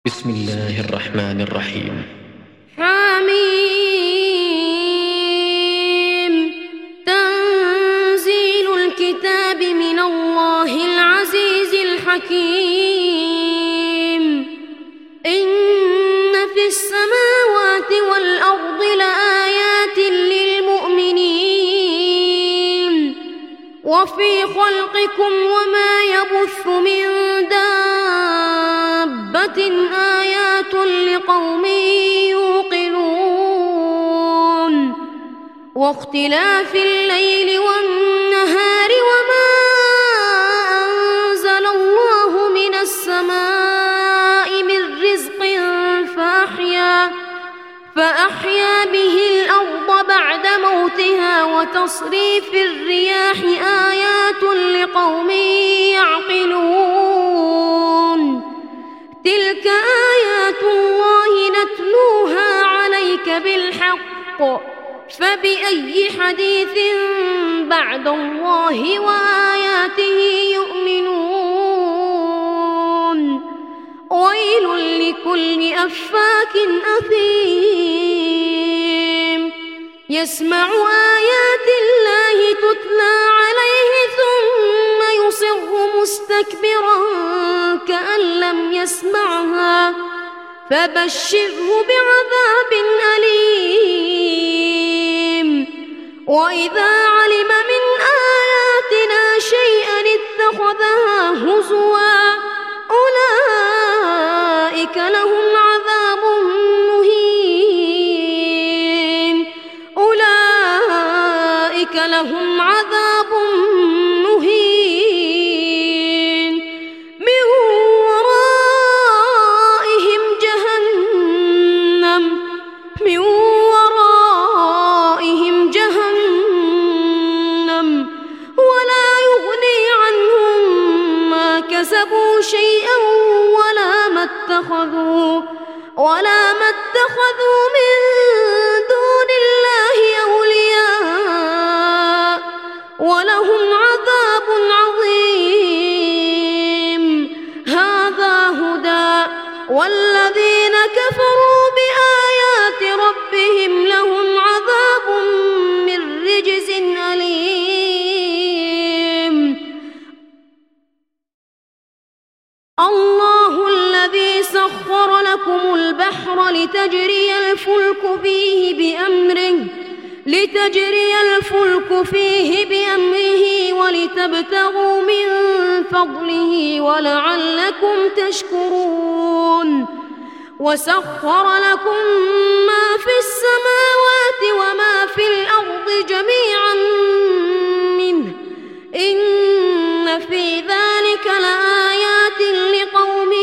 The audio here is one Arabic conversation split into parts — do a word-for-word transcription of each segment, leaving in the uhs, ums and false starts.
بسم الله الرحمن الرحيم. حميم. تنزيل الكتاب من الله العزيز الحكيم. إن في السماوات والأرض لآيات للمؤمنين وفي خلقكم وما يبث من دابة آيات لقوم يوقنون واختلاف الليل والنهار وما أنزل الله من السماء من رزق فأحيا, فأحيا به الأرض بعد موتها وتصريف الرياح آيات لقوم يعقلون. تلك آيات الله نتلوها عليك بالحق فبأي حديث بعد الله وآياته يؤمنون. ويل لكل أفاك أثيم يسمع آيات الله تتلى عليه ثم يصر مستكبرا كأن لم يسمعها فبشره بعذاب أليم. وإذا علم من آياتنا شيئا اتخذها هزوا أولئك لهم عذاب مهين أولئك لهم عذاب مهين من ورائهم جهنم من ورائهم جهنم ولا يغني عنهم ما كسبوا شيئا ولا ما اتخذوا ولا ما اتخذوا من دون الله أولياء ولهم عذاب عظيم. هذا هدى والذين كفروا بآيات ربهم لهم عذاب من رجز أليم. الله الذي سخر لكم البحر لتجري الفلك فيه بأمره لتجري الفلك فيه بأمره ولتبتغوا من فضله ولعلكم تشكرون. وسخر لكم ما في السماوات وما في الأرض جميعا منه إن في ذلك لآيات لقوم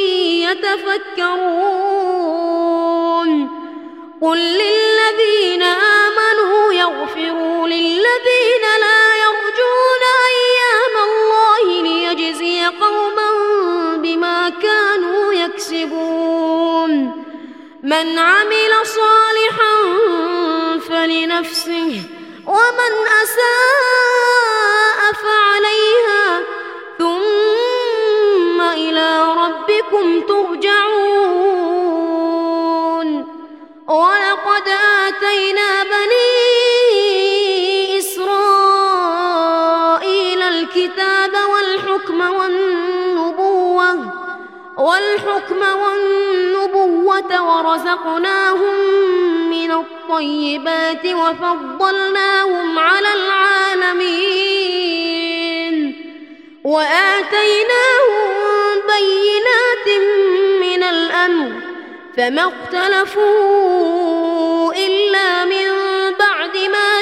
يتفكرون. قل للذين آمنوا يغفروا للذين لا يرجون أيام الله ليجزي قوما بما كانوا يكسبون. من عمل صالحا فلنفسه ومن أساء فعليها ثم إلى ربكم ترجعون. ولقد آتينا بني إسرائيل الكتاب والحكم والنبوة والحكم والنبوة ورزقناهم من الطيبات وفضلناهم على العالمين وآتيناهم بينات من الأمر فما اختلفوا إلا من بعد ما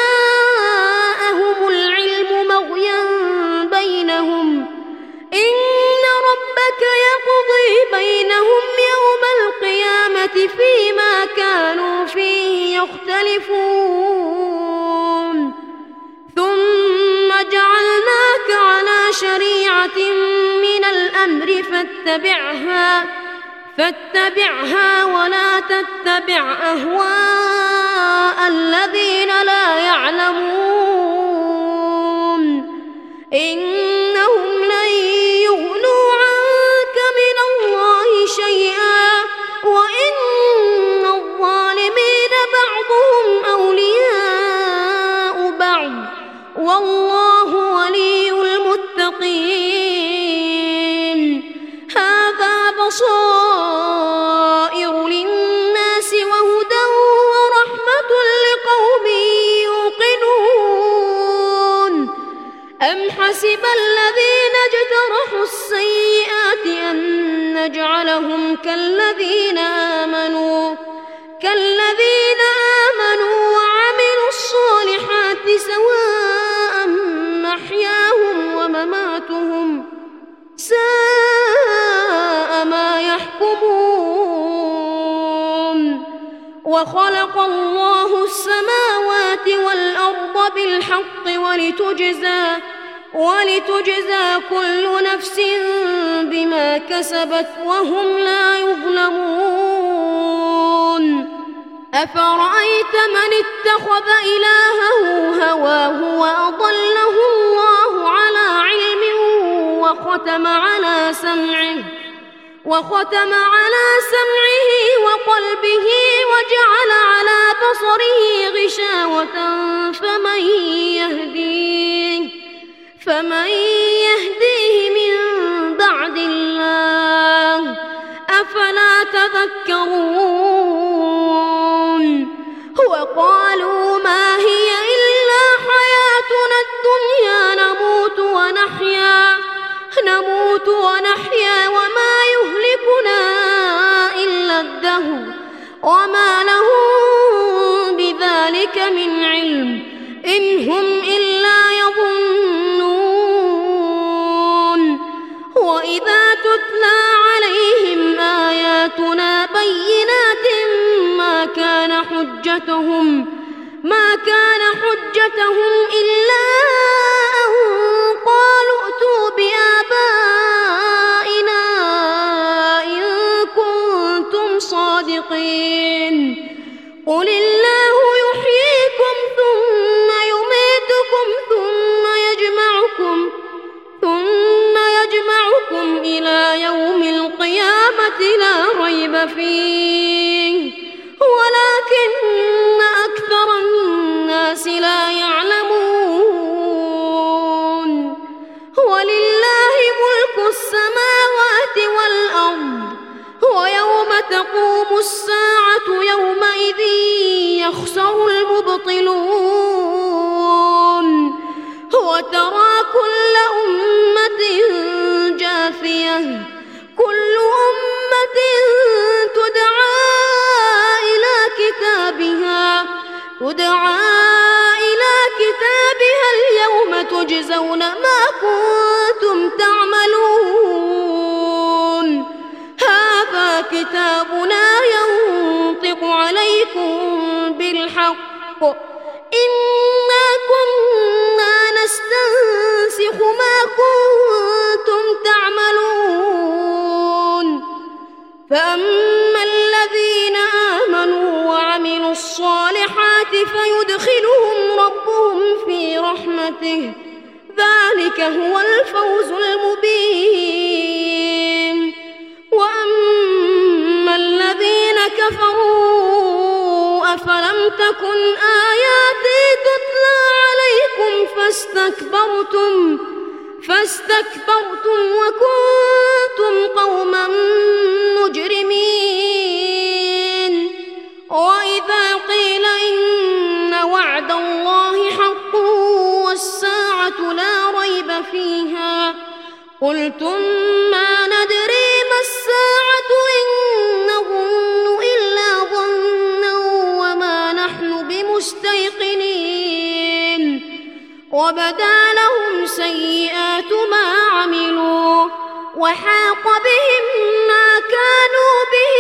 جاءهم العلم بغيا بينهم إن ربك يقضي بينهم يوم القيامة فيما كانوا فيه يختلفون. ثم جعلناك على شريعة من الأمر فاتبعها فاتبعها ولا تتبع أهواء الذين لا يعلمون إنهم لن يغنوا عنك من الله شيئا بصائر للناس وهدى ورحمة لقوم يوقنون أم حسب الذين اجترحوا السيئات أن نجعلهم كالذين آمنوا كالذين آمنوا وعملوا الصالحات سواء محياهم ومماتهم ساء ما يحكمون وخلق الله السماوات والأرض بالحق ولتجزى ولتجزى كل نفس بما كسبت وهم لا يظلمون أفرأيت من اتخذ إلهه هواه وأضله الله على علم وختم على سمعه وختم على سمعه وقلبه وجعل على بصره غشاوة فمن يهديه فمن يهديه من بعد الله أفلا تذكرون وقالوا ما هي إلا حياتنا الدنيا نموت ونحيا نموت ونحيا وما يهلكنا إلا الدهر وما لهم بذلك من علم إن هم إلا يظنون وإذا تتلى عليهم آياتنا بينات ما كان حجتهم ما كان حجتهم إلا أن قالوا ائتوا بآبائنا إن كنتم صادقين قل الله يحييكم ثم يميتكم ثم يجمعكم ثم يجمعكم إلى يوم القيامة لا ريب فيه ولكن أكثر الناس لا يعلمون ولله ملك السماوات والأرض ويوم تقوم الساعة يومئذ يخسر المبطلون وترى كل أمة جاثية كل أمة تدعى إلى كتابها تدعى إلى كتابها اليوم تجزون ما كنتم تعملون هذا كتابنا ينطق عليكم بالحق إنا كنا نستنسخ ما كنتم تعملون فأما الذين آمنوا وعملوا الصالحات فيدخلهم ربهم في رحمته ذلك هو الفوز المبين وأما الذين كفروا أفلم تكن آياتي تتلى عليكم فاستكبرتم فاستكبرتم وكنتم قوما مجرمين وإذا قيل إن وعد الله حق والساعة لا ريب فيها قلتم ما ندري ما الساعة إن نظن إلا ظنا وما نحن بمستيقنين وبدا لهم سيئات ما عملوا وحاق بهم ما كانوا به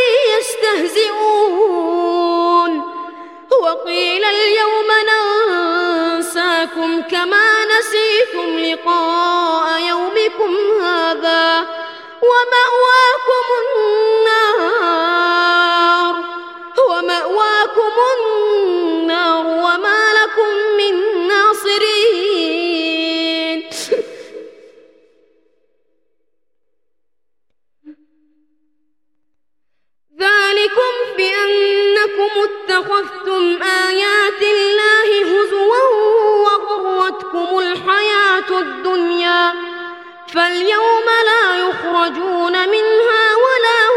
يستهزئون وقيل اليوم ننساكم كما نسيتم لقاء يومكم هذا ومأواكم النار ومأواكم النار وما لكم من ناصرين ذلكم بأنكم اتخذتم آيات الله هزوا وغرتكم الحياة الدنيا فاليوم لا يخرجون منها ولا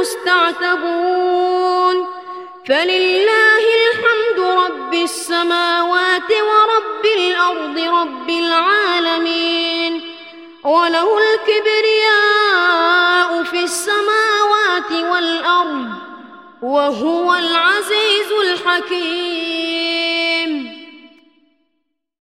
المستعتبون فلله الحمد رب السماوات ورب الأرض رب العالمين وله الكبرياء في السماوات والأرض وهو العزيز الحكيم.